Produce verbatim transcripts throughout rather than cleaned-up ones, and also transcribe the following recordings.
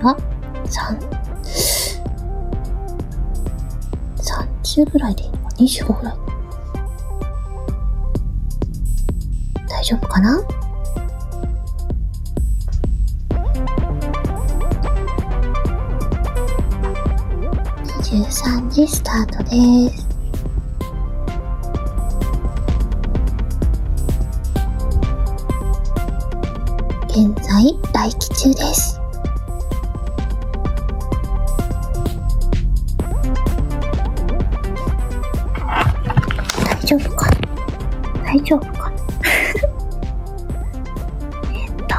あ、さん、さんじゅうぐらいでいいのか ?にじゅうご ぐらい。大丈夫かな？にじゅうさんじスタートです。現在待機中です。大丈夫かな？大丈夫かな？えっと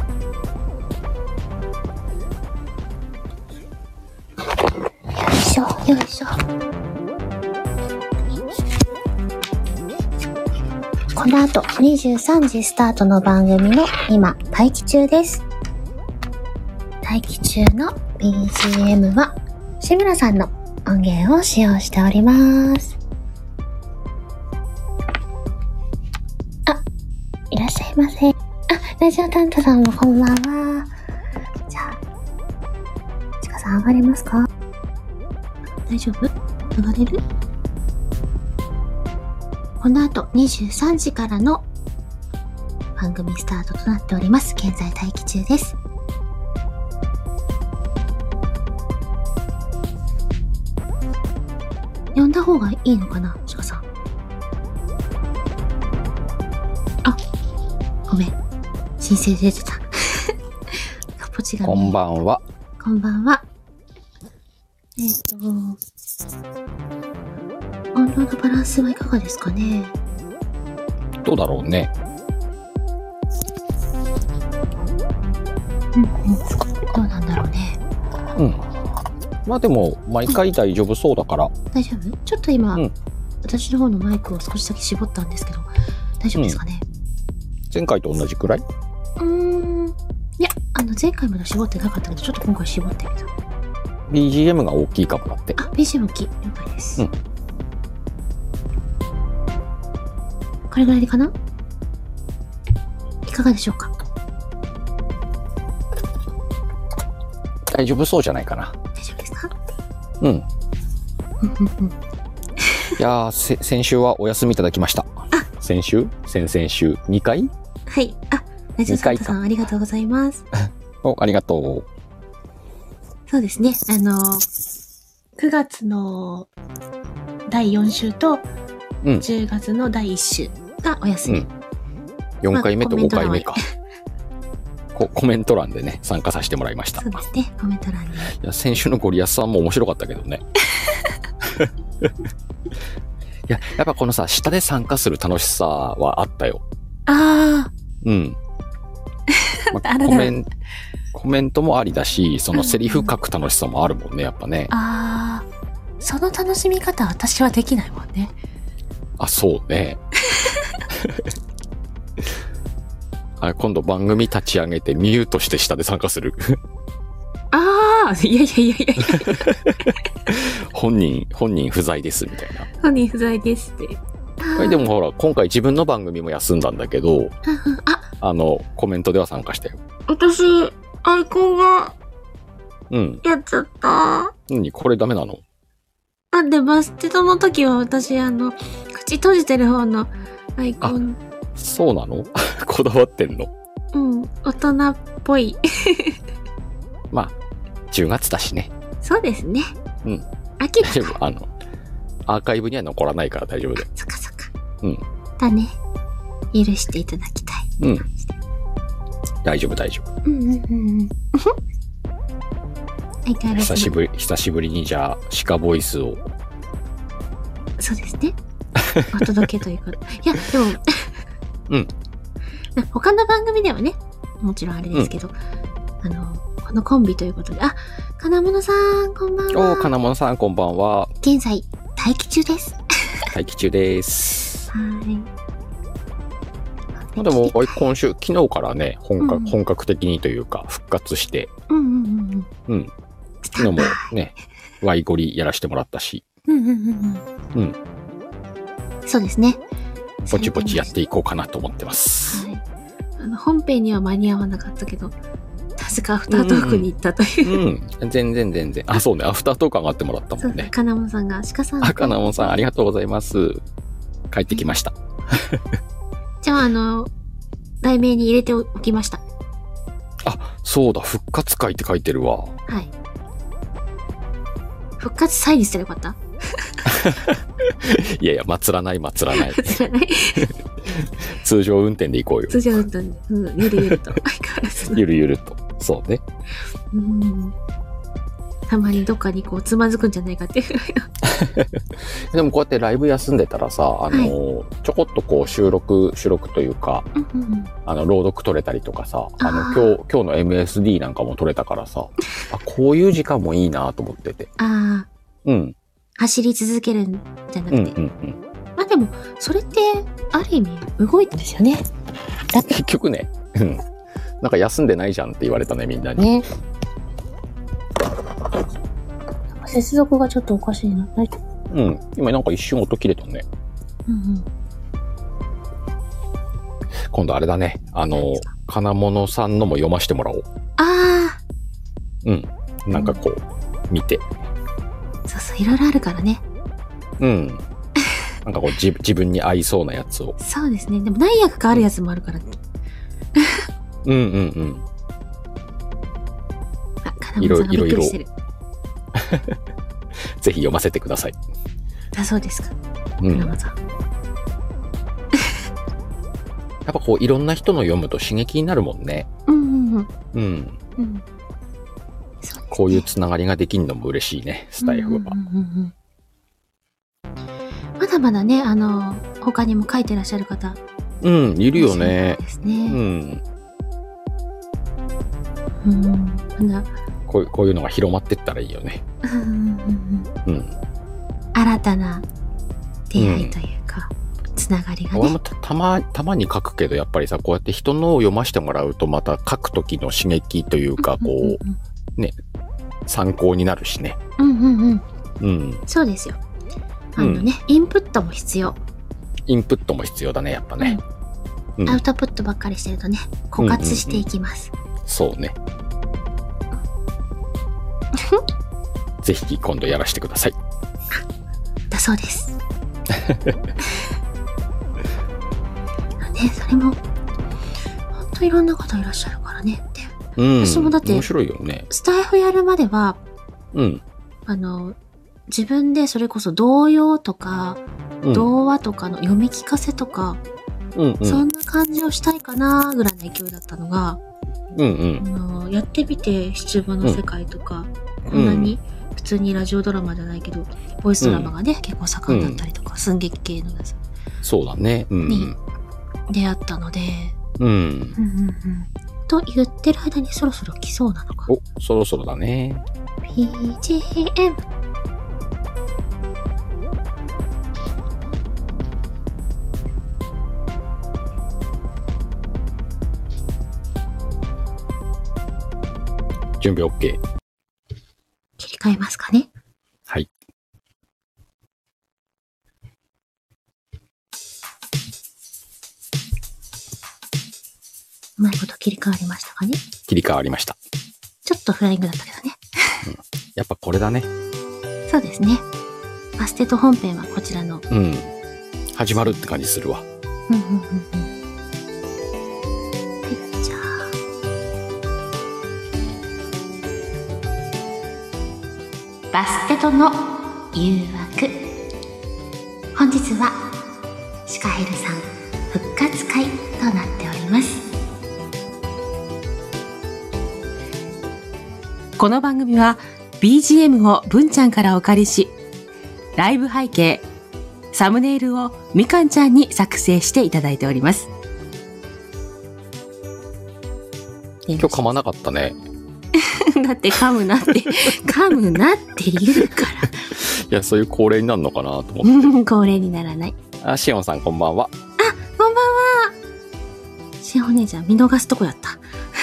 よいしょよいしょ。この後にじゅうさんじスタートの番組の今待機中です。待機中の ビージーエム は志村さんの音源を使用しております。あ、いらっしゃいませ。あ、ラジオタンタさんもこんばんは。じゃあ、ちかさん上がれますか？大丈夫？上がれる？この後にじゅうさんじからの番組スタートとなっております。現在待機中です。呼んだ方がいいのかな、ちかさん。あ、ごめん。申請出てた。カポチが、ね。 こんばんは。 こんばんは。えっと、音量のバランスはいかがですかね？ どうだろうね。 うんうん。どうなんだろうね。 うん。まあでも、毎回大丈夫そうだから。 大丈夫？ちょっと今、うん、私の方のマイクを少しだけ絞ったんですけど、大丈夫ですかね？ うん、前回と同じくらい？ うーん。いや、あの、前回まで絞ってなかったけど、ちょっと今回絞ってみた。 ビージーエム が大きいかもだって。 あ、ビージーエム 大きい。了解です。うん。これぐらいでかな？いかがでしょうか？ 大丈夫そうじゃないかな。 大丈夫ですか？ うん。いやー、先週はお休みいただきました。 あ、 先週先々週にかい？ はい。あ、ラジオサンタさんありがとうございます。 お、ありがとう。 そうですね。あの、くがつのだいよん週と、うん、じゅうがつのだいいっ週がお休み。うん、 よんかいめとごかいめか。コ, コメント欄でね、参加させてもらいました。 そうですね、コメント欄に。いや、先週のゴリアスさんも面白かったけどね。いや、やっぱこのさ、下で参加する楽しさはあったよ。 ああ。 うん。まあ、コメン、コメントもありだし、そのセリフ書く楽しさもあるもんね、やっぱね。 ああ。その楽しみ方私はできないもんね。 あ、そうね。あ、今度番組立ち上げてミュートして下で参加する。 ああ、いやいやいやいや。 本人、本人不在ですみたいな。 本人不在ですって。 でもほら、今回自分の番組も休んだんだけど、ああの、コメントでは参加したよ。 私、アイコンが、 うん。 やっちゃった。 何これダメなの？ あ、で、バステトの時は私、あの、口閉じてる方のアイコン。 そうなの？こだわってんの？ うん、大人っぽい。 まあ、じゅうがつだしね。 そうですね。 うん。 秋だ。 大丈夫。あの、アーカイブには残らないから大丈夫だよ。 そっかそっか。 うん。 だね。許していただきたい。 うん。大丈夫大丈夫。 うんうんうんうん。相変わらず。 久しぶり、久しぶりにじゃあ、鹿ボイスを。 そうですね。お届けということ。いや、でも、 うん。 他の番組ではね、もちろんあれですけど、うん、あの、このコンビということで、あ、金物さん、こんばんは。 おー、金物さん、こんばんは。 現在、待機中です。 待機中です。 はい。 でも、今週、昨日からね、本格、うん、本格的にというか、復活して、 うんうんうんうん。 うん。昨日もね、ワイゴリやらせてもらったし、 うんうんうんうん。 うん。 そうですね。 ぼちぼちやっていこうかなと思ってます。 はい。あの、本編には間に合わなかったけど、 ぜかアフタートークに行ったという、 うん、うん、全然全然。あ、そうね、アフタートーク上がってもらったもんね。 かなもんさんが、鹿さん。 あ、かなもんさん、ありがとうございます。帰ってきました。 じゃあ、あの、題名に入れておきました。 あ、そうだ、復活会って書いてるわ。 はい。復活祭にしたらよかったいやいや、祭らない、祭らない。 祭らない。 通常運転で行こうよ。 通常運転、うん、ゆるゆると。 ゆるゆると。そうね。 うん。たまにどっかにこうつまずくんじゃないかっていうぐらいの。 でもこうやってライブ休んでたらさ、あの、はい、ちょこっとこう収録、収録というか、うんうんうん、あの、朗読取れたりとかさ、あの、今日、今日の エムエスディー なんかも取れたからさ、あ、こういう時間もいいなと思ってて。 ああ。 うん。 走り続けるんじゃなくて。うんうんうん。まあでも、それって、ある意味、動いてるんですよね。 だって結局ね、うん。なんか休んでないじゃんって言われたね、みんなに。ね。 接続がちょっとおかしいな。 うん。今なんか一瞬音切れたね。 うんうん。 今度あれだね。あの、金物さんのも読ませてもらおう。 ああ。 うん。なんかこう、うん、見て。 そうそう、いろいろあるからね。 うん。なんかこう自、自分に合いそうなやつを。 そうですね。でも何役かあるやつもあるからね。 うんうんうん。 あ、金物さんがびっくりしてる。 ぜひ読ませてください。 だそうですか。 うん。金さん。やっぱこういろんな人の読むと刺激になるもんね。 うんうんうん。 うん。うん、そうね、こういうつながりができるのも嬉しいね、スタイフは。うんうんうんうんまだまだね、あの、他にも書いてらっしゃる方。 うん、いるよね。 ですね。 うん。 うん。まだこう、こういうのが広まってったらいいよね。 うんうんうんうん。 新たな出会いというか、うん、つながりがね。 俺も た, たま、たまに書くけど、やっぱりさ、こうやって人のを読ませてもらうと、また書く時の刺激というか、こう、うんうんうん、ね、参考になるしね。 うんうんうん。 うん。 そうですよ。あのね、うん、インプットも必要。 インプットも必要だね、やっぱね。 うん、アウトプットばっかりしてるとね、枯渇していきます。 うんうんうん、そうね。ぜひ今度やらせてください。 だそうです。ね、それも、ほんといろんな方いらっしゃるからねって。 うん。 私もだって、 面白いよね。 スタイフやるまでは、 うん。 あの、自分でそれこそ童謡とか、うん、童話とかの読み聞かせとか、うんうん、そんな感じをしたいかなぐらいの勢いだったのが、 うんうん、 あのやってみて七分の世界とか、うん、こんなに普通にラジオドラマじゃないけど、ボイスドラマがね、うん、結構盛んだったりとか、寸劇系のやつ。 そうだね。うん、 に出会ったので、 うん。うんうんうん、と言ってる間にそろそろ来そうなのか。 お、そろそろだね。 ビージーエム準備 OK。 切り替えますかね。 はい。 うまいこと切り替わりましたかね。 切り替わりました。 ちょっとフライングだったけどね。 うん、やっぱこれだね。 そうですね。バステと本編はこちらの。 うん。始まるって感じするわ。 うんうんうんうん。バステとの誘惑。本日はシカヘルさん復活会となっております。 この番組は ビージーエム を文ちゃんからお借りし、ライブ背景、サムネイルをみかんちゃんに作成していただいております。 今日噛まなかったね。 だって噛むなって噛むなって言うからいや、そういう恒例になるのかなと思って恒例にならない。 あ、しおんさんこんばんは。 あ、こんばんは。しおん姉ちゃん見逃すとこやった、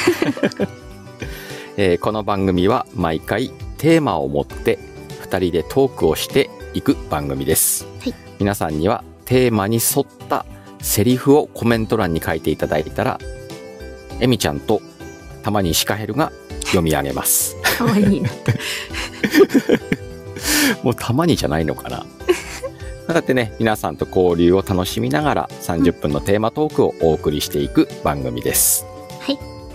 えー、この番組は毎回テーマを持ってふたりでトークをしていく番組です、 はい、 皆さんにはテーマに沿ったセリフをコメント欄に書いていただいたら、えみちゃんとたまにシカヘルが読み上げます。 かわいいな。 もうたまにじゃないのかな。だってね、皆さんと交流を楽しみながらさんじゅっぷんのテーマトークをお送りしていく番組です。 はい。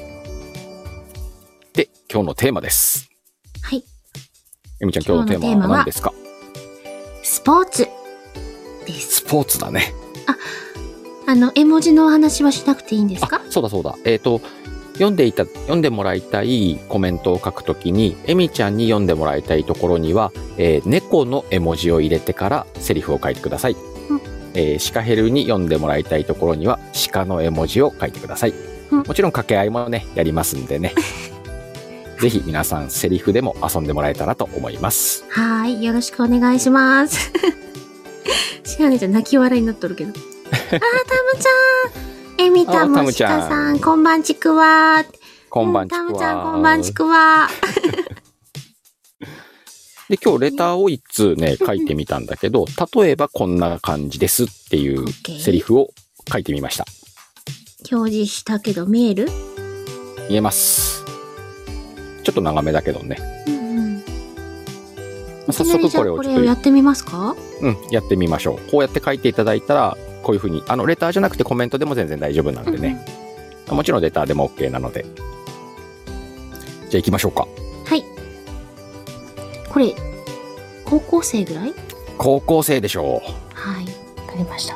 で、今日のテーマです。 はい。 えみちゃん、今日のテーマは何ですか？ スポーツです。 スポーツだね。 あ、あの、絵文字のお話はしなくていいんですか？ そうだそうだ。えっと、読んでいた、読んでもらいたいコメントを書くときに、えみちゃんに読んでもらいたいところには、えー、猫の絵文字を入れてからセリフを書いてください。うん、えー、シカヘルに読んでもらいたいところには、鹿の絵文字を書いてください。うん、もちろん掛け合いもね、やりますんでね。ぜひ皆さんセリフでも遊んでもらえたらと思います。 はい、よろしくお願いします。しかねちゃん泣き笑いになっとるけど。あー、タムちゃん。えみたもしかさん、こんばんちくわー。 こんばんちくわー。 タムちゃん、こんばんちくわー。で、今日レターをいっつうね、書いてみたんだけど、例えばこんな感じですっていうセリフを書いてみました。 表示したけど見える？ 見えます。ちょっと長めだけどね。うんうん。早速これをちょっと。 これをやってみますか？ うん、やってみましょう。こうやって書いていただいたら、こういうふうに、あの、レターじゃなくてコメントでも全然大丈夫なんでね。うん、もちろんレターでも OK なので。じゃあ行きましょうか。 はい。これ、高校生ぐらい？ 高校生でしょう。 はい。わかりました。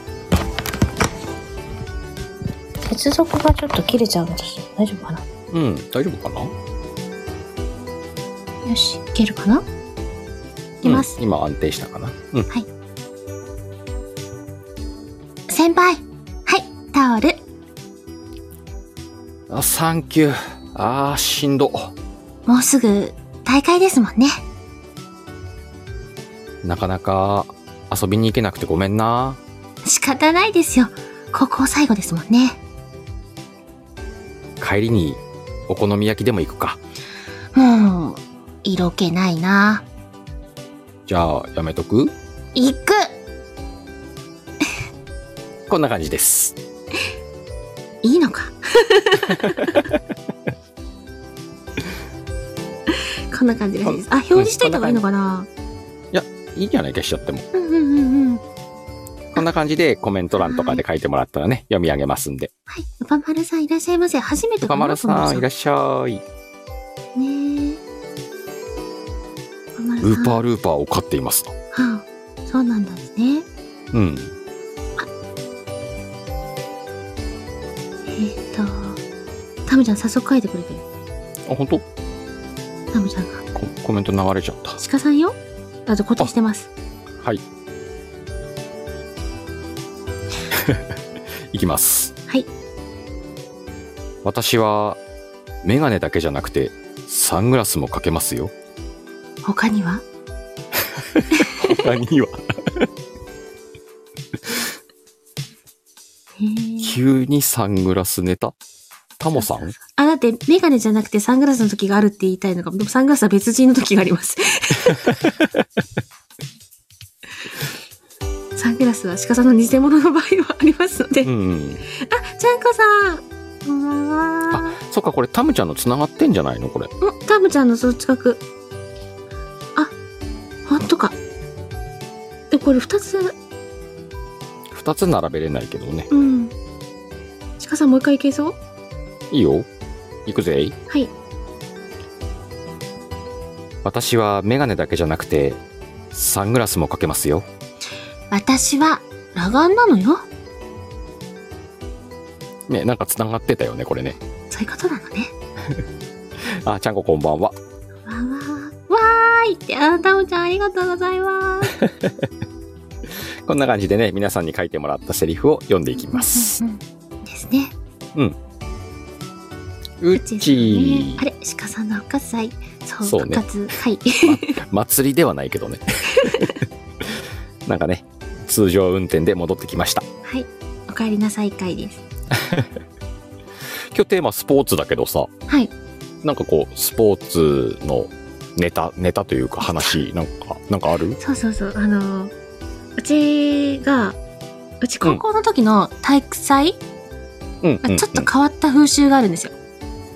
接続がちょっと切れちゃうんです。大丈夫かな？ うん、大丈夫かな？ よし、いけるかな？いきます、 うん。今安定したかな？うん。 はい。先輩、はい、タオル。 あ、サンキュー。あー、しんど。 もうすぐ大会ですもんね。 なかなか遊びに行けなくてごめんな。 仕方ないですよ。高校最後ですもんね。 帰りにお好み焼きでも行くか。 もう、色気ないな。 じゃあ、やめとく？ 行く！ こんな感じです。 いいのか。こんな感じらしいです。あ、表示しといた方がいいのかな？ いや、いいんじゃないかしちゃっても。 うんうんうんうん。 こんな感じでコメント欄とかで書いてもらったらね、読み上げますんで。 はい。うぱまるさんいらっしゃいませ。初めてかな？ うぱまるさんいらっしゃい。 ねえ。 ウーパールーパーを飼っていますと。はあ、そうなんですね。 うん。 えっと、タムちゃん早速書いてくれてる。 あ、本当？ タムちゃんがコ、コメント流れちゃった。 鹿さんよ。あと固定してます。 はい。いきます。 はい。 私はメガネだけじゃなくてサングラスもかけますよ。 他には？ 他には急にサングラスネタ？タモさん？ あ、だってメガネじゃなくてサングラスの時があるって言いたいのかも。でもサングラスは別人の時があります。サングラスは鹿さんの偽物の場合はありますので。うん、あ、ちゃんこさん。こんばんは。 あ、そっか、これタムちゃんの繋がってんじゃないのこれ。 うん、タムちゃんのその近く。あ、ほんとか。え、これ二つ。 二つ並べれないけどね。 うん。鹿さんもう一回いけそう？ いいよ。行くぜ。 はい。 私はメガネだけじゃなくて、サングラスもかけますよ。 私は裸眼なのよ。 ね、なんか繋がってたよね、これね。 そういうことなのね。 あ、ちゃんここんばんは。 わーわー。わーいって、あ、タムちゃんありがとうございます。 こんな感じでね、皆さんに書いてもらったセリフを読んでいきます。 うんうんうん、ですね。 うん。うっちー、 ね。あれ、鹿さんの復活祭。そう、そうね、復活。はい。 ま、祭りではないけどね。なんかね、通常運転で戻ってきました。 はい。お帰りなさい会です。 今日テーマスポーツだけどさ。 はい。 なんかこう、スポーツのネタ、ネタというか話、なんか、なんかある？ そうそうそう。あの、うちが、うち高校の時の体育祭、うん、ちょっと変わった風習があるんですよ。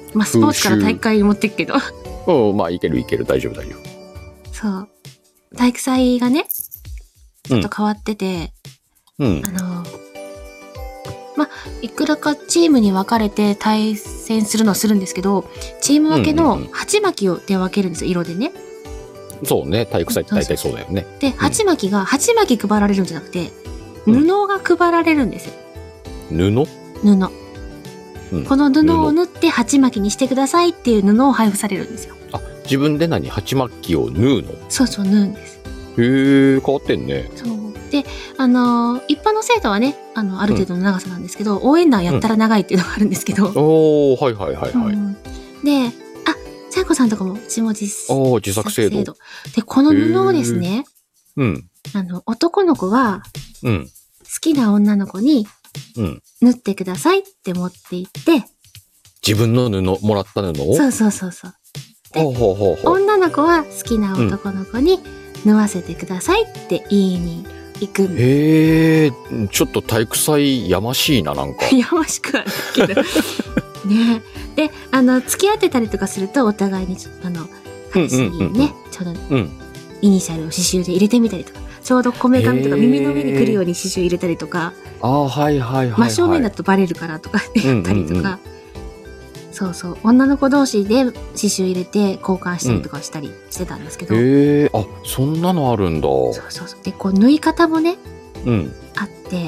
まあスポーツから体育会に持ってくけど。 うん、まあいけるいける、大丈夫だよ。 そう。体育祭がね、ちょっと変わってて、 うん。 あの、まあ、いくらかチームに分かれて対戦するのはするんですけど、チーム分けの鉢巻きをで分けるんですよ、色でね。 そうね、体育祭って大体そうだよね。 で、鉢巻きが、鉢巻き配られるんじゃなくて、布が配られるんですよ。 布？布。うん、 この布を縫って鉢巻きにしてくださいっていう布を配布されるんですよ。 あ、自分で何鉢巻きを縫うの？ そうそう、縫うんです。 へえ、変わってんね。 そう。で、あのー、一般の生徒はね、あの、ある程度の長さなんですけど、うん、応援団やったら長いっていうのがあるんですけど。うん、 おー、はいはいはいはい。うん、 で、あ、ちゃんこさんとかも、うちも実お自作制度。 で、この布をですね、 うん。 あの、男の子は、 うん。 好きな女の子に、 うん。 縫ってくださいって持って行って、 自分の布、もらった布をそうそうそうそう。 ほうほうほうほう。 女の子は好きな男の子に縫わせてくださいって言いに行くんです。 へえ、ちょっと体育祭やましいな、なんか。 やましくはないけど。ねで、あの、付き合ってたりとかすると、お互いに、あの、彼氏にね、ちょうど、うん、イニシャルを刺繍で入れてみたりとか、ちょうどこめかみとか耳の上に来るように刺繍入れたりとか、 ああ、はいはいはい、はい。 真正面だとバレるからとかやったりとか、うんうんうん、そうそう、女の子同士で刺繍入れて交換したりとかしたりしてたんですけど。 うん、へえ、あ、そんなのあるんだ。 そうそうそう。で、こう、縫い方もね、 うん、 あって、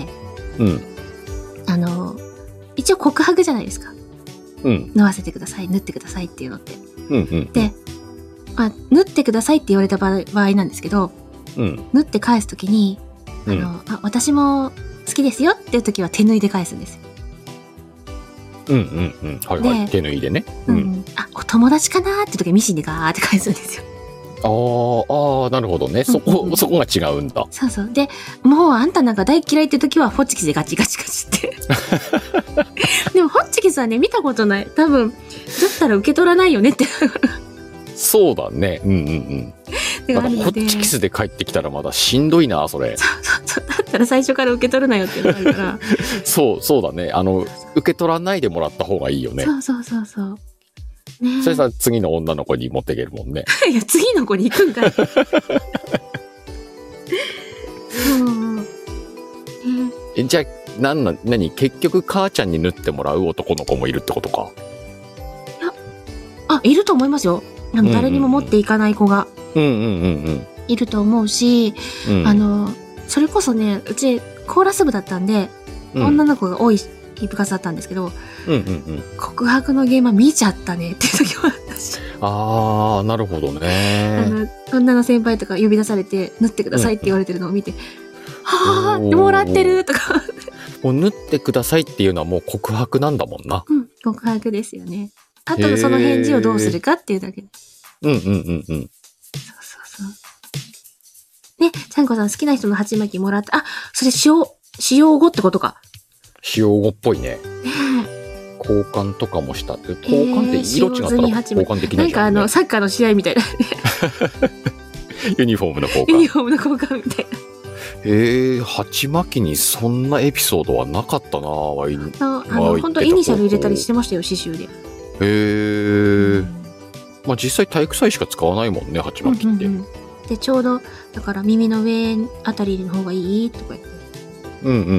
うん。 あの、一応告白じゃないですか。 うん。 縫わせてください、縫ってくださいっていうのって。 うんうん。 で、まあ、縫ってくださいって言われた場合、場合なんですけど、 うん、 縫って返すときに、あの、うん、あ、私も好きですよっていうときは手縫いで返すんですよ。 うんうんうん。はいはい。手縫いでね。 うん。うん、あ、お友達かなーって時はミシンでガーって返すんですよ。 ああ、ああ、なるほどね。そこ、うんうん、そこが違うんだ。 そうそう。で、もうあんたなんか大嫌いって時はホッチキスでガチガチガチって。でもホッチキスはね、見たことない。多分、だったら受け取らないよねって。 そうだね。うんうんうん。まだホッチキスで帰ってきたらまだしんどいな、それ。 そうそうそう。だったら最初から受け取るなよっていうのがあるから。 そう、そうだね。あの、受け取らないでもらった方がいいよね。 そうそうそうそう。 ね、それさ、次の女の子に持っていけるもんね。 いや、次の子に行くんかい。そう。 え、じゃあ、なんな、なに、結局母ちゃんに縫ってもらう男の子もいるってことか。 いや、あ、いると思いますよ。あの、誰にも持っていかない子が。 うんうんうんうん。 いると思うし、うん、あの、それこそね、うちコーラス部だったんで、うん、女の子が多い部活だったんですけど、 うんうんうん、 告白の現場見ちゃったねっていう時もあったし。 ああ、なるほどね。 あの、女の先輩とか呼び出されて、縫ってくださいって言われてるのを見て、うん、はぁ、もらってるとか。 もう縫ってくださいっていうのはもう告白なんだもんな。 うん、告白ですよね。あとその返事をどうするかっていうだけです。 うんうんうんうん。 そうそうそう。ね、ちゃんこさん好きな人の鉢巻きもらって、あ、それ使用、使用後ってことか。 使用後っぽいね。 ね交換とかもしたって、交換って色違ったら交換できないじゃん、ね。 なんかあの、サッカーの試合みたいな。 ユニフォームの交換。 ユニフォームの交換みたいな。 へえ、鉢巻きにそんなエピソードはなかったなぁ。 あ、あの、本当イニシャル入れたりしてましたよ、刺繍で。 へえ、うん。まあ実際体育祭しか使わないもんね、鉢巻きって。うんうんうん、 で、ちょうど、だから耳の上あたりの方がいいとか言って。 うんうんうんうん。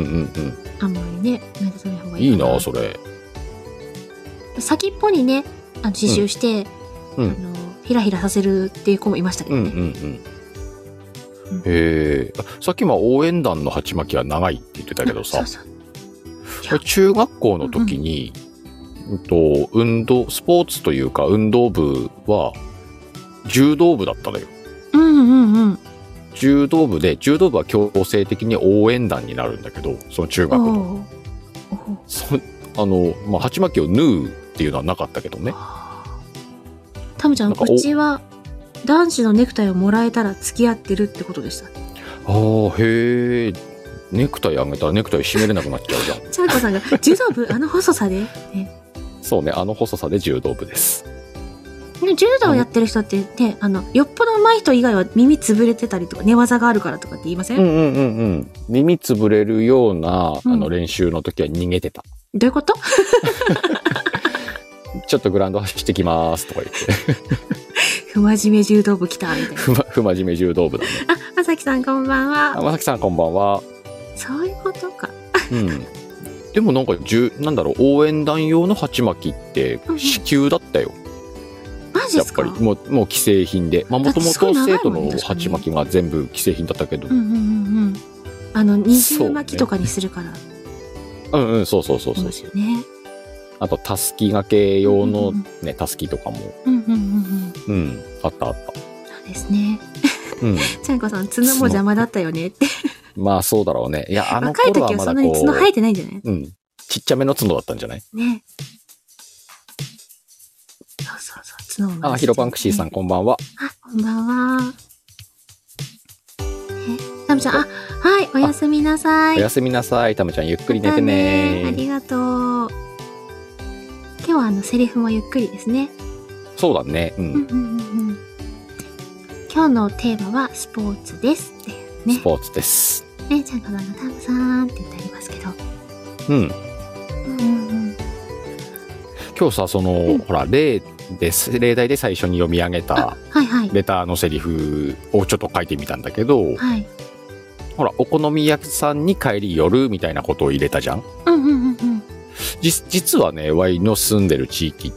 あんまりね、目立たない方がいい。 いいな、それ。 先っぽにね、あの刺繍して、うん、あの、ひらひらさせるっていう子もいましたけどね。うんうんうんうん、へえ、さっきも応援団の鉢巻きは長いって言ってたけどさ、そうそう中学校の時に、うんうん、と運動、スポーツというか運動部は柔道部だったのよ。 うんうんうん。 柔道部で、柔道部は強制的に応援団になるんだけど、その中学の。そあの、まあ、鉢巻きを縫うっていうのはなかったけどね。 タムちゃん、うちは男子のネクタイをもらえたら付き合ってるってことでした。 ああ、へえ。ネクタイあげたらネクタイ締めれなくなっちゃうじゃん。 ちゃんこさんが、柔道部あの細さで、ね、 そうね、あの細さで柔道部です。 柔道をやってる人ってね、あの、よっぽど上手い人以外は耳つぶれてたりとか、寝技があるからとかって言いません？ うんうんうんうん。耳つぶれるような、うん、あの練習の時は逃げてた。 どういうこと？ ちょっとグラウンド走ってきますとか言って。 不真面目柔道部来たみたいな。 不、不真面目柔道部だね。 あ、まさきさんこんばんは。 あ、まさきさんこんばんは。 そういうことか。 うん。でもなんか、じゅなんだろう、応援団用の鉢巻きって支給だったよ。 うん、マジっすか？ やっぱり、もう、もう既製品で。まあ、もともと生徒の鉢巻きが全部既製品だったけど。 うんうんうんうん。あの、二重巻きとかにするから。 う, ね、うんうん、そうそうそうそう。 そうですよね。 あと、たすき掛け用のね、たすきとかも。 うんうんうんうん。 うん、あったあった。 そうですね。 うん。 ちゃんこさん、角も邪魔だったよねって。 まあ、そうだろうね。いや、あの若い時はそんなに角生えてないんじゃない？ うん。ちっちゃめの角だったんじゃない？ ね。そうそうそう、角も。 あ、ヒロパンクシーさん、こんばんは。 あ、こんばんは。え、タムちゃん、あ、はい、おやすみなさい。 おやすみなさい。タムちゃん、ゆっくり寝てね。 ありがとう。今日はあの、セリフもゆっくりですね。 そうだね。うん。 うんうんうんうん、今日のテーマはスポーツですっていうね。 スポーツです。 ね、ちゃんとあの、タムさんって言ってありますけど。 うん。 うんうんうん、 今日さ、その、うん、ほら、例です。例題で最初に読み上げた、 はいはい、 レターのセリフをちょっと書いてみたんだけど、 はい、 ほら、お好み焼きさんに帰り寄るみたいなことを入れたじゃん。 うんうんうんうん。 実、実はね、ワイの住んでる地域って、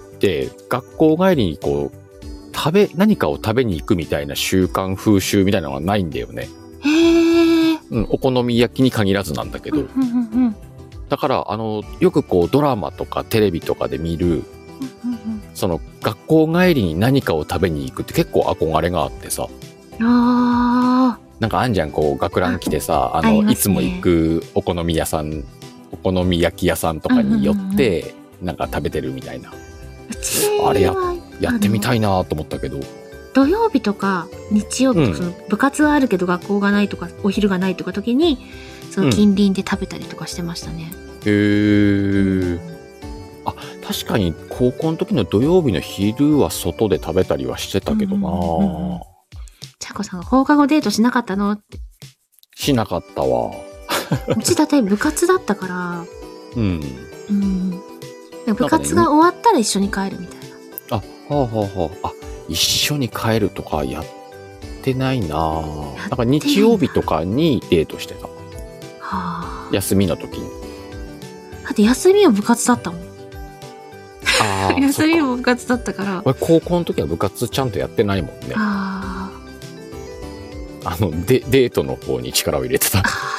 学校帰りにこう、食べ、何かを食べに行くみたいな習慣、風習みたいなのがないんだよね。 へー。 うん、お好み焼きに限らずなんだけど。 うんうんうん、だから、あの、よくこう、ドラマとかテレビとかで見る、うんうんうん、その、学校帰りに何かを食べに行くって結構憧れがあってさ。 あー。 なんかあんじゃん、こう、学ラン来てさ、あの、あ、ね、いつも行くお好み屋さん、お好み焼き屋さんとかに寄って、うんうんうん、なんか食べてるみたいな。あれや、やってみたいなと思ったけど。 土曜日とか日曜日とか、その部活はあるけど学校がないとか、お昼がないとか時に、その近隣で食べたりとかしてましたね。 うん、へー。あ、確かに高校の時の土曜日の昼は外で食べたりはしてたけどな、うんうんうん、 ちゃこさんが放課後デートしなかったのって。 しなかったわ。 うちだって部活だったから。 うん。 うん。部活が終わったら一緒に帰るみたいな。 あ、はあはあはあ。あ、一緒に帰るとかやってないなぁ。なんか日曜日とかにデートしてた。はあ。 休みの時に。 だって休みは部活だったもん。 ああ。 休みも部活だったから。 俺高校の時は部活ちゃんとやってないもんね。 ああ。あの、デ、デートの方に力を入れてた。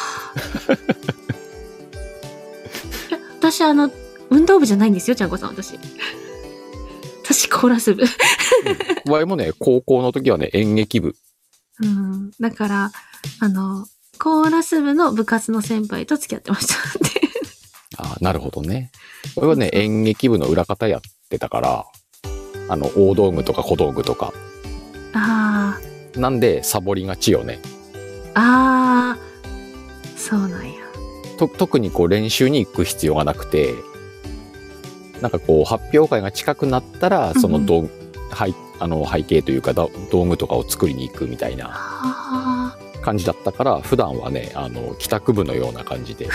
私、あの、運動部じゃないんですよ、ちゃんこさん、私。私、コーラス部。 うん、わいもね、高校の時はね、演劇部。 うん。だから、あの、コーラス部の部活の先輩と付き合ってました。 ああ、なるほどね。俺はね、演劇部の裏方やってたから、あの、大道具とか小道具とか。 ああ。なんで、サボりがちよね。 ああ、そうなんや。 と、特にこう練習に行く必要がなくて、なんかこう発表会が近くなったら、その道、うん、はい、あの背景というか道具とかを作りに行くみたいな感じだったから、普段はね、あの帰宅部のような感じで。う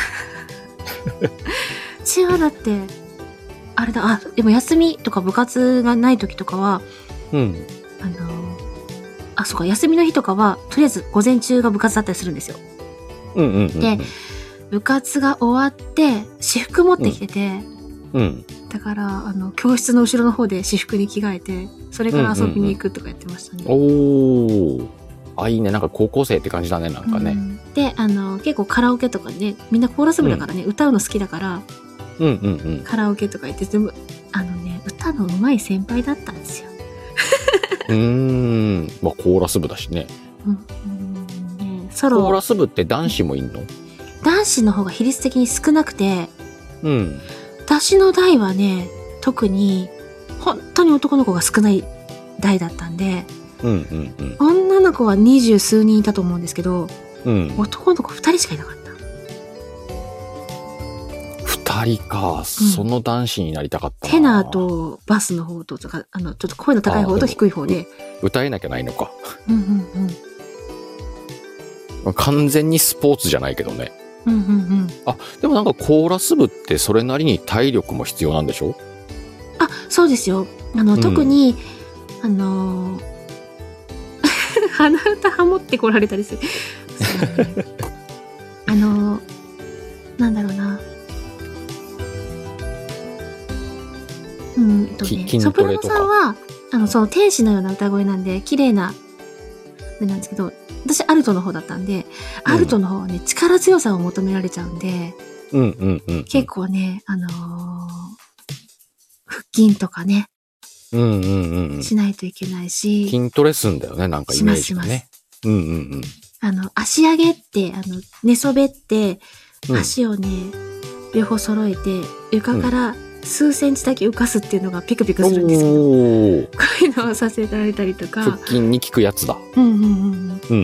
ちはだって、あれだ、あ、でも休みとか部活がない時とかは、 うん。 あの、あ、そうか、休みの日とかは、とりあえず午前中が部活だったりするんですよ。 うんうんうん、うん。 で、部活が終わって私服持ってきてて、 うんうん、 だからあの教室の後ろの方で私服に着替えて、それから遊びに行くとかやってましたね。 うんうんうん、おー、あ、いいね。なんか高校生って感じだね、なんかね。うん、 で、あの結構カラオケとかね、みんなコーラス部だからね、うん、歌うの好きだから、 うんうんうん、 カラオケとか行って、でもあのね、歌の上手い先輩だったんですよ。 うーん、まあコーラス部だしね。 うんうん、ね、ソロ。 コーラス部って男子もいんの？ 男子の方が比率的に少なくて、 うん、 私の代はね、特に本当に男の子が少ない代だったんで、 うんうんうん、 女の子は二十数人いたと思うんですけど、 うん、 男の子二人しかいなかった。 二人か、うん、その男子になりたかったな。 テナーとバスの方とか、あのちょっと声の高い方と低い方で、 歌えなきゃないのか。 うんうんうん、完全にスポーツじゃないけどね。 うんうんうん、 あ、でもなんかコーラス部ってそれなりに体力も必要なんでしょ？ あ、 そうですよ。あの、うん、特に、あのー、鼻歌ハモってこられたりする。ね、あのー、なんだろうな。うんとね、ソプラノさんは、あの、その天使のような歌声なんで、綺麗な、なんですけど、私、アルトの方だったんで、うん、アルトの方はね、力強さを求められちゃうんで、 うんうんうんうん、 結構ね、あのー、腹筋とかね、 うんうんうんうん、 しないといけないし。 筋トレすんだよね、なんかイメージがね。しますします。うんうんうん。 あの、足上げって、あの、寝そべって、足をね、うん、両方揃えて、床から数センチだけ浮かすっていうのがピクピクするんですけど、こういうのをさせられたりとか。 腹筋に効くやつだ。 うんうんうんうん。 うんうんうん。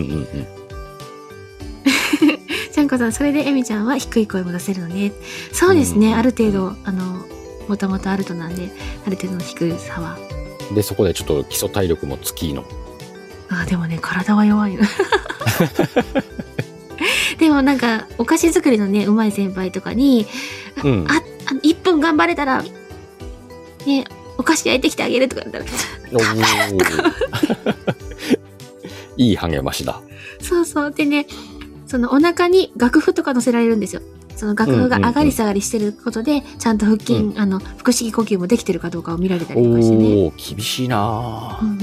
ちゃんこさん、それでエミちゃんは低い声も出せるのね。そうですね、ある程度、あの、もともとアルトなんで、ある程度の低さは。 で、そこでちょっと基礎体力もつきの。 ああ、でもね、体は弱いよ。でもなんか、お菓子作りのね、うまい先輩とかに、うん、あ、あいっぷん頑張れたら、ね、お菓子焼いてきてあげるとか言ったら、 いい励ましだ。 そうそう。でね、そのお腹に楽譜とか乗せられるんですよ。その楽譜が上がり下がりしてることで、ちゃんと腹筋、うん、あの、腹式呼吸もできてるかどうかを見られたりとかしてね。 おー、厳しいな、うんうんうんうん。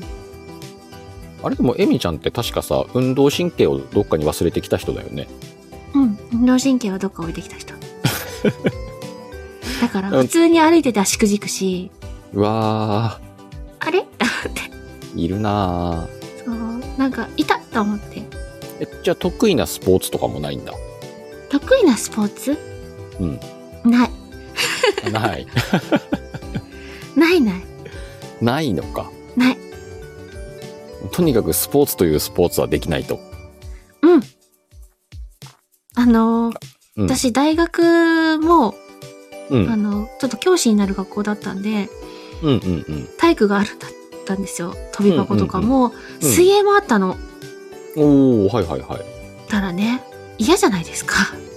あれでも、エミちゃんって確かさ、運動神経をどっかに忘れてきた人だよね。 うん、運動神経はどっか置いてきた人。だから、普通に歩いてて足くじくし。 うわー。あれって。 いるなそう、なんか、いたと思って。 え、じゃあ得意なスポーツとかもないんだ。 得意なスポーツ？ うん。 ない。 ない。 ないない。 ないのか。 ない。 とにかくスポーツというスポーツはできないと。 うん。あのーうん、私大学も、うん、あの、ちょっと教師になる学校だったんで、 うんうんうん、 体育があるんだったんですよ。飛び箱とかも、うんうんうん、水泳もあったの。 うん、おー、はいはいはい。 たらね、嫌じゃないですか。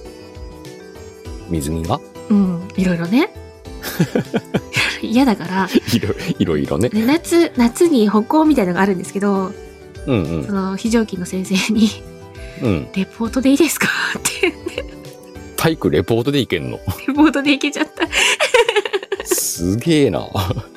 水着が？ うん、いろいろね。嫌だから。 いろいろいろね。 夏、夏に歩行みたいなのがあるんですけど、 うんうん、 その非常勤の先生に、うん、レポートでいいですかって言って。 体育レポートでいけんの？ レポートでいけちゃった。 すげえな。ちょ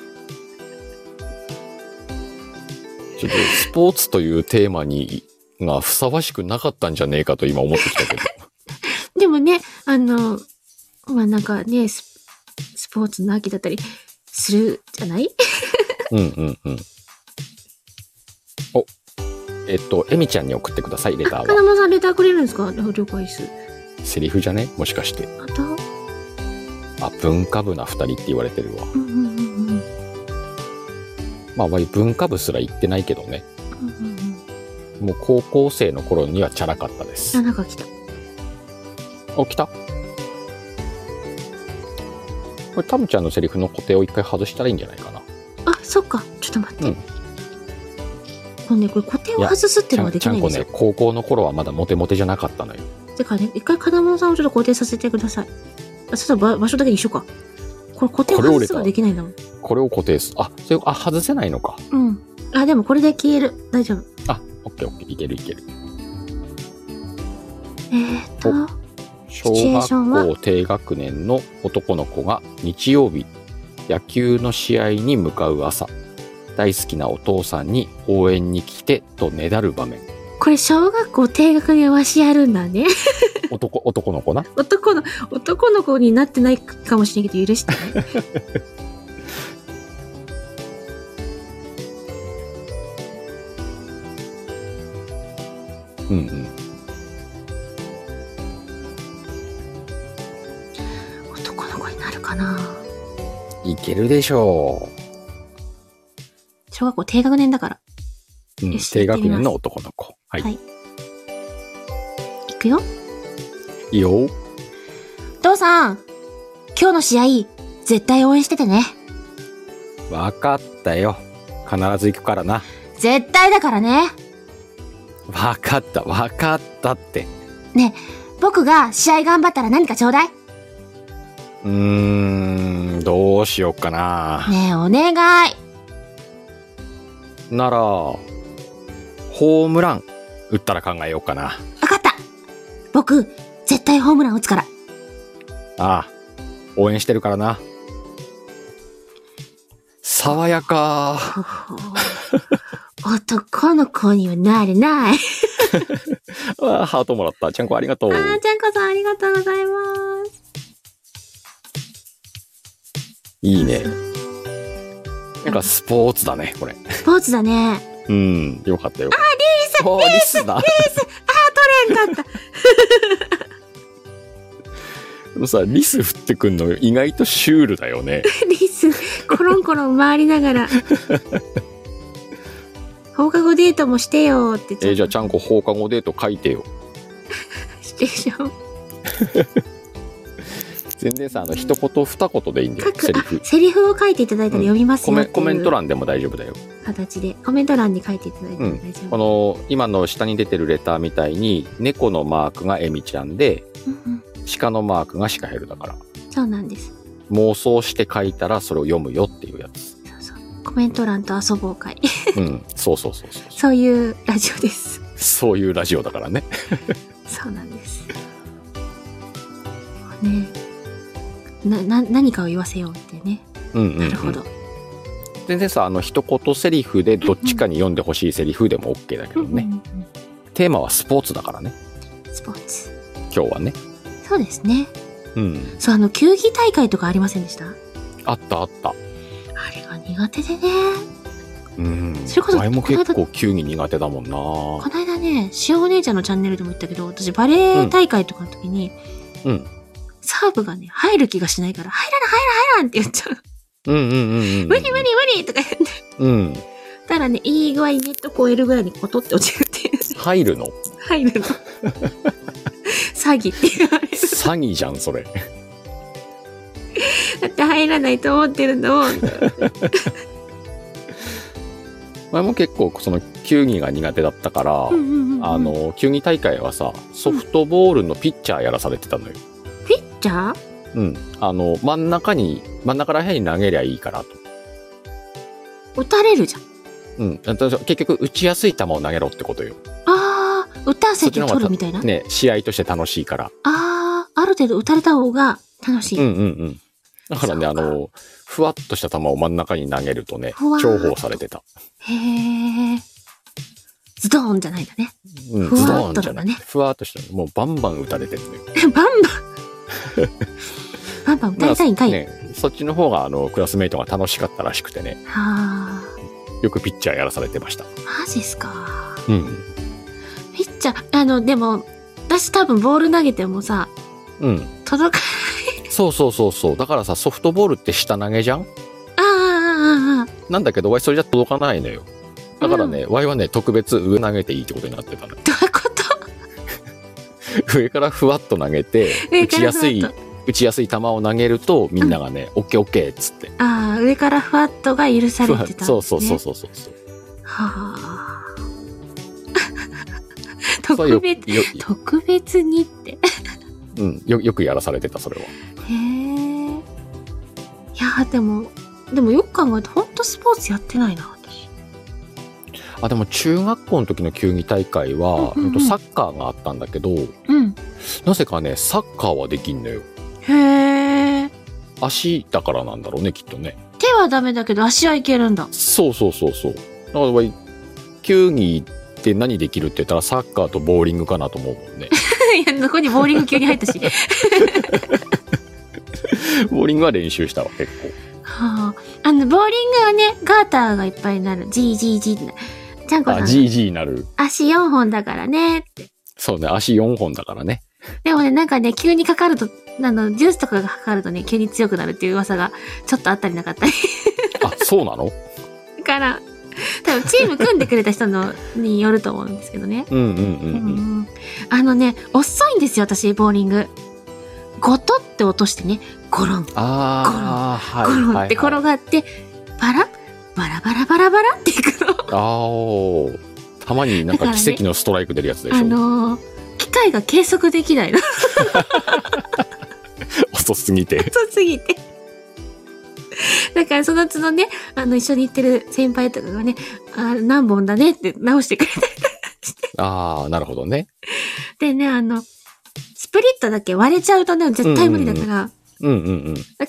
っとスポーツというテーマにがふさわしくなかったんじゃねえかと今思ってきたけど。 でもね、あの、まあなんかね、ス、スポーツの秋だったりするじゃない？ うんうんうん。お、えっと、エミちゃんに送ってください、レターは。 金間さんレターくれるんですか？了解です。 セリフじゃね？もしかして。 あとあ、文化部な二人って言われてるわ。 うんうんうんうん。 まあ、文化部すら行ってないけどね。 うんうんうん、もう高校生の頃にはチャラかったです。 あ、なんか来た。 お、来た。これタムちゃんのセリフの固定を一回外したらいいんじゃないかな。 あ、そっか。ちょっと待って。うん、もうね、これ固定を外すっていうのはできないんですよ。 ちゃんこね、高校の頃はまだモテモテじゃなかったのよ。 てかね、一回金物さんをちょっと固定させてください。あ、そしたら場、場所だけに一緒か。これ固定を外すができないんだもん。 これを固定す。あ、それ、あ、外せないのか。 うん。あ、でもこれで消える。大丈夫。 あ、オッケーオッケー。いけるいける。 えーっと、 小学校低学年の男の子が日曜日、野球の試合に向かう朝、大好きなお父さんに応援に来てとねだる場面。 これ小学校低学年わしやるんだね。 男、男の子な。 男の、男の子になってないかもしれないけど許してね。 うんうん。 男の子になるかな。 いけるでしょう。 小学校低学年だから。 うん、低学年の男の子。はい。はい、 いくよ。 いいよ。 父さん、今日の試合、絶対応援しててね。 わかったよ。必ず行くからな。 絶対だからね。 わかった、わかったって。 ねえ、僕が試合頑張ったら何かちょうだい。 うーん、どうしよっかな。 ねえ、お願い。 なら、ホームラン打ったら考えようかな。 わかった。僕、絶対ホームラン打つから。 ああ、応援してるからな。爽やか。 男の子にはなれない。 あ、ハートもらった。ちゃんこありがとう。 あー、ちゃんこさんありがとうございます。 いいね。なんかスポーツだね、これ。 スポーツだね。 うん、よかったよ。あ、 リース、 リスだ。 リース、あー、取れんかった。 でもさ、リス振ってくんの意外とシュールだよね。 リス、コロンコロン回りながら。放課後デートもしてよってちゃん。 えー、じゃあちゃんこ放課後デート書いてよ。 してるじゃん。 全然さ、あの一言二言でいいんだよ、セリフ。 セリフを書いていただいたら読みますよ、 うん、コメ、コメント欄でも大丈夫だよ。 形でコメント欄に書いていただいたら大丈夫。 うん、この今の下に出てるレターみたいに猫のマークがエミちゃんで、うんうん、鹿のマークがシカヘルだから。 そうなんです。 妄想して書いたらそれを読むよっていうやつ。 そうそう。コメント欄と遊ぼう会。 うん、そうそうそうそう。 そういうラジオです。 そういうラジオだからね。 そうなんです。ね。な、な、何かを言わせようってね。 うんうんうん、なるほど。 全然さ、あの一言セリフでどっちかに読んでほしいセリフでも OK だけどね、うんうんうん、テーマはスポーツだからね。 スポーツ今日はね。 そうですね。 うん。 そう、あの球技大会とかありませんでした？ あったあった。 あれが苦手でね。 うん。それこそ前も結構球技苦手だもんな。 この間ね、しおお姉ちゃんのチャンネルでも言ったけど、私バレー大会とかの時に、うん、うん、サーブがね入る気がしないから入らない入らない入らんって言っちゃう。 うんうんうんうん、うん、 無理無理無理とか言って。うん。ただね、いい具合にネット越えるぐらいにコトって落ちるっていう。 入るの？ 入るの。詐欺って言われる。 詐欺じゃん、それ。 だって入らないと思ってるんだもん。 前も結構その球技が苦手だったから、うんうんうん、あの、球技大会はさ、ソフトボールのピッチャーやらされてたのよ。 ピッチャー？ うん。あの、真ん中に、真ん中ら辺に投げりゃいいからと。 打たれるじゃん。 うん。結局、打ちやすい球を投げろってことよ。 ああ、打たせて取るみたいな。 ね、試合として楽しいから。 ああ、ある程度打たれた方が楽しい。 うんうんうん。だからね、あの、ふわっとした球を真ん中に投げるとね、重宝されてた。 へえ。ズドーンじゃないんだね。 うん、ズドーンじゃない。ふわっとした、もうバンバン打たれてるのよ。 バンバンバンバン歌いたいんかい、 ね、そっちの方があのクラスメイトが楽しかったらしくてね。はあ。よくピッチャーやらされてました。 マジっすか。 うん。 ピッチャー、あの、でも、私多分ボール投げてもさ、 うん。 届かない。そうそうそうそう。だからさ、ソフトボールって下投げじゃん？ ああ、ああ、 なんだけど、ワイそれじゃ届かないのよ。だからね、うん、ワイはね、特別上投げていいってことになってたの。 どういうこと？ 上からふわっと投げて、打ちやすい、打ちやすい球を投げると、みんながね、オッケーオッケーっつって。 ああ、上からふわっとが許されてたんですね。 そうそうそうそうそう。 はあ。特別、特別にって。 うん、よ、よくやらされてた、それは。 へえ。いや、でも、でもよく考えて、ほんとスポーツやってないな、私。 あ、でも中学校の時の球技大会は、うんうんうん、サッカーがあったんだけど、うん、なぜかね、サッカーはできんのよ。 へえ。 足だからなんだろうね、きっとね。 手はダメだけど足はいけるんだ。 そうそうそうそう。だから球技って何できるって言ったらサッカーとボーリングかなと思うもんね。 いや、そこにボーリング急に入ったし。 ボーリングは練習したわ、結構。 はあ、あの、ボーリングはね、ガーターがいっぱいになる。ジージージーって。ちゃんこさん。 あ、ジージーになる。 足よんほんだからねって。 そうね、足よんほんだからね。 でもね、なんかね、急にかかると、あの、ジュースとかがかかるとね、急に強くなるっていう噂がちょっとあったりなかったり。 あ、そうなの？ だから、多分チーム組んでくれた人のによると思うんですけどね。 うんうんうん、うん。 あのね、遅いんですよ、私、ボーリング。ゴトって落としてね、ゴロン。 ああ、 ゴロン。ゴロンって転がって、バラバラバラバラバラっていくの。 ああ、たまになんか奇跡のストライク出るやつでしょ。 ね、あのー、機械が計測できないの。 遅すぎて。 遅すぎて。だからその都度ね、あの、一緒に行ってる先輩とかがね、あ何本だねって直してくれたりして。 ああ、なるほどね。 でね、あの、スプリットだけ割れちゃうとね、絶対無理だから、 うんうんうん。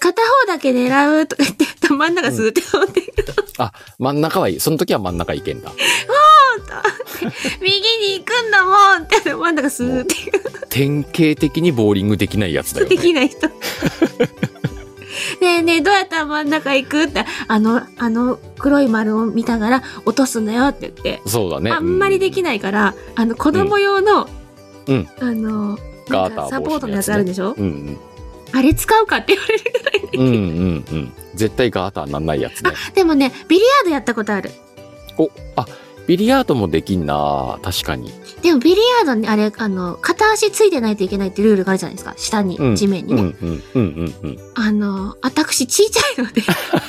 片方だけ狙うとか言って、真ん中スーって通っていく、うん。 あ、真ん中はいい。その時は真ん中行けんだ。 おーと右に行くんだもんって、真ん中スーっていく。 典型的にボーリングできないやつだよね。 できない人。ねえねえ、どうやったら真ん中行くって、あの、あの黒い丸を見ながら落とすんだよって言って。 そうだね。 あんまりできないから、あの、子供用の、 うん。 あの、 ガーターサポートのやつあるでしょ、 うんうん。 あれ使うかって言われるぐらいできる。 うんうんうん。絶対ガーターなんないやつね。 あ、でもね、ビリヤードやったことある。 お、あ、ビリヤードもできんな。確かに。 でもビリヤードにあれ、あの、片足ついてないといけないってルールがあるじゃないですか。下に、うん、地面にね。うんうんうんうんうん。 あの、私ちいちゃいので。い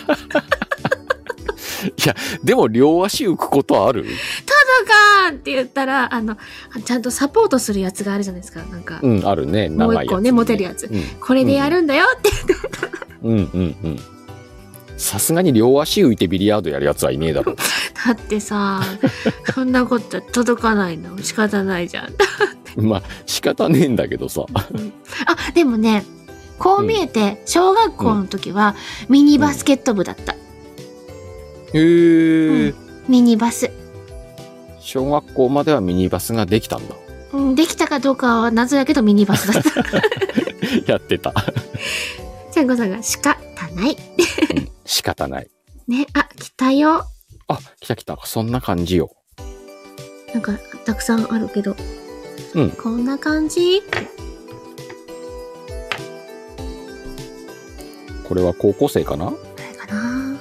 や、でも両足浮くことある？ 届かんって言ったら、あの、ちゃんとサポートするやつがあるじゃないですか。なんか。 うん、あるね。 もう一個ね、持てるやつ。うん、これでやるんだよって言ってた。 うんうんうん。さすがに両足浮いてビリヤードやるやつはいねえだろ。 だってさ、そんなこと届かないの仕方ないじゃん。 まあ仕方ねえんだけどさ。 うん、あ、でもね、こう見えて小学校の時はミニバスケット部だった。 へえ、うん。 ミニバス。 小学校まではミニバスができたんだ。 うん、できたかどうかは謎やけどミニバスだった。 やってた。 ちゃんこさんが仕方ない。 うん、仕方ない。 ね、あ、来たよ。 あ、来た来た。そんな感じよ。 なんかたくさんあるけど。 うん。 こんな感じ。 これは高校生かな？ これかな。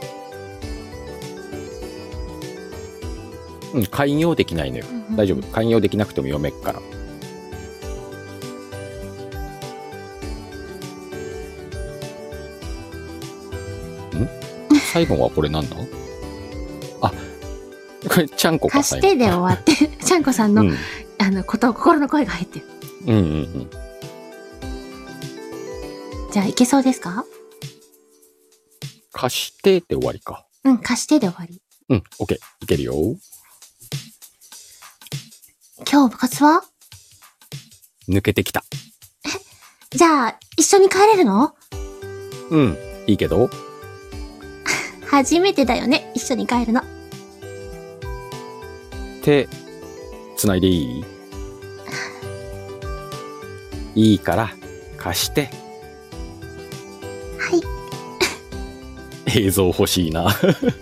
うん、開業できないのよ。うんうん、大丈夫。開業できなくても読めっから。最後はこれなんだ？あ、これちゃんこか。 貸してで終わって、ちゃんこさんの、うん、あのこと、心の声が入ってる。 うんうんうん。 じゃあいけそうですか？ 貸してで終わりか。 うん、貸してで終わり。 うん、オッケー、いけるよ。 今日部活は？ 抜けてきた。 え、じゃあ一緒に帰れるの？ うん、いいけど。 初めてだよね、一緒に帰るの。 手、つないでいい？いいから、貸して。 はい。 映像欲しいな。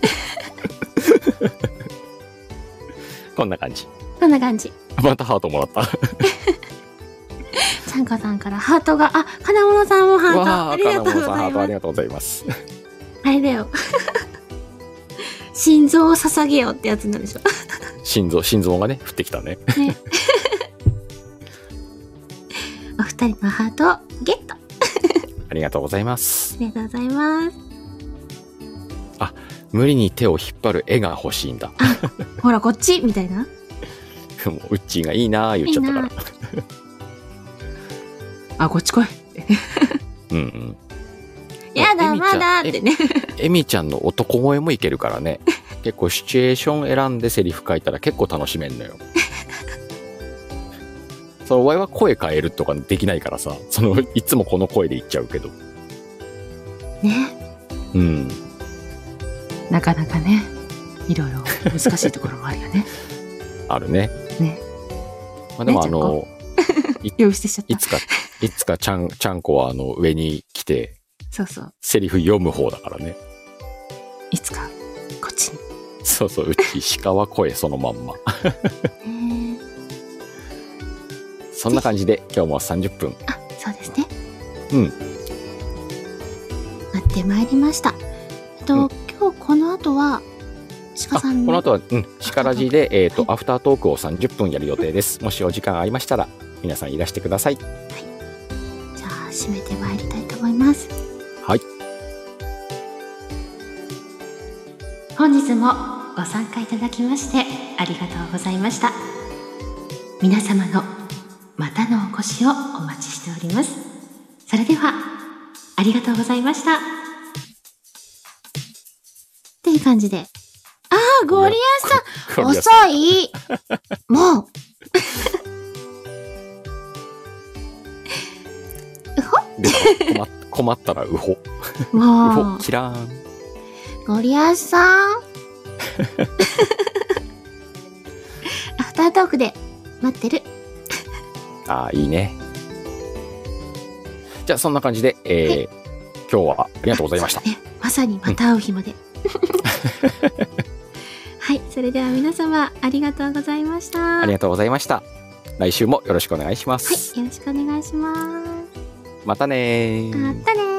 こんな感じ。 こんな感じ。 またハートもらった。 ちゃんこさんからハートが、あ、金物さんもハート。ありがとうございます。 金物さんハートありがとうございます。 あれだよ。心臓を捧げようってやつなんでしょ。 心臓、心臓がね、降ってきたね。ね。 お二人のハートをゲット。 ありがとうございます。 ありがとうございます。 あ、無理に手を引っ張る絵が欲しいんだ。 ほら、こっちみたいな。 もう、ウッチーがいいなー言っちゃったから。いいあ、こっち来い。 うんうん。 やだ、まだってね。 エミちゃんの男声もいけるからね。結構シチュエーション選んでセリフ書いたら結構楽しめんのよ。その、お前は声変えるとかできないからさ、その、いつもこの声で言っちゃうけど。 ね。 うん。 なかなかね、いろいろ難しいところもあるよね。 あるね。 ね。 まあでもあの、 呼び捨てしちゃった。 いつか、いつかちゃん、ちゃんこはあの、上に来て、 そうそう。 セリフ読む方だからね。 いつか、こっちに。 そうそう、うち鹿は声そのまんま。そんな感じで今日もさんじゅっぷん。 あ、そうですね。 うん。 待ってまいりました。えっと、うん、今日この後は、鹿さんこの後は、うん、鹿ラジで、えっと、はい、アフタートークをさんじゅっぷんやる予定です。もしお時間ありましたら、皆さんいらしてください。はい。 じゃあ、締めてまいりたいと思います。 はい。 本日もご参加いただきましてありがとうございました。皆様のまたのお越しをお待ちしております。 それでは、ありがとうございました。っていう感じで。ああ、ゴリアさん遅いもううほ困っ困ったらうほ。 もう。 うほ、キラーン。 ゴリアさんアフタートークで待ってる。 ああ、いいね。じゃあ、そんな感じで、えーはい、今日はありがとうございました。 ね、まさにまた会う日まで。うんはい、それでは皆様ありがとうございました。 ありがとうございました。来週もよろしくお願いします。 はい、よろしくお願いします。 またねー。 またねー。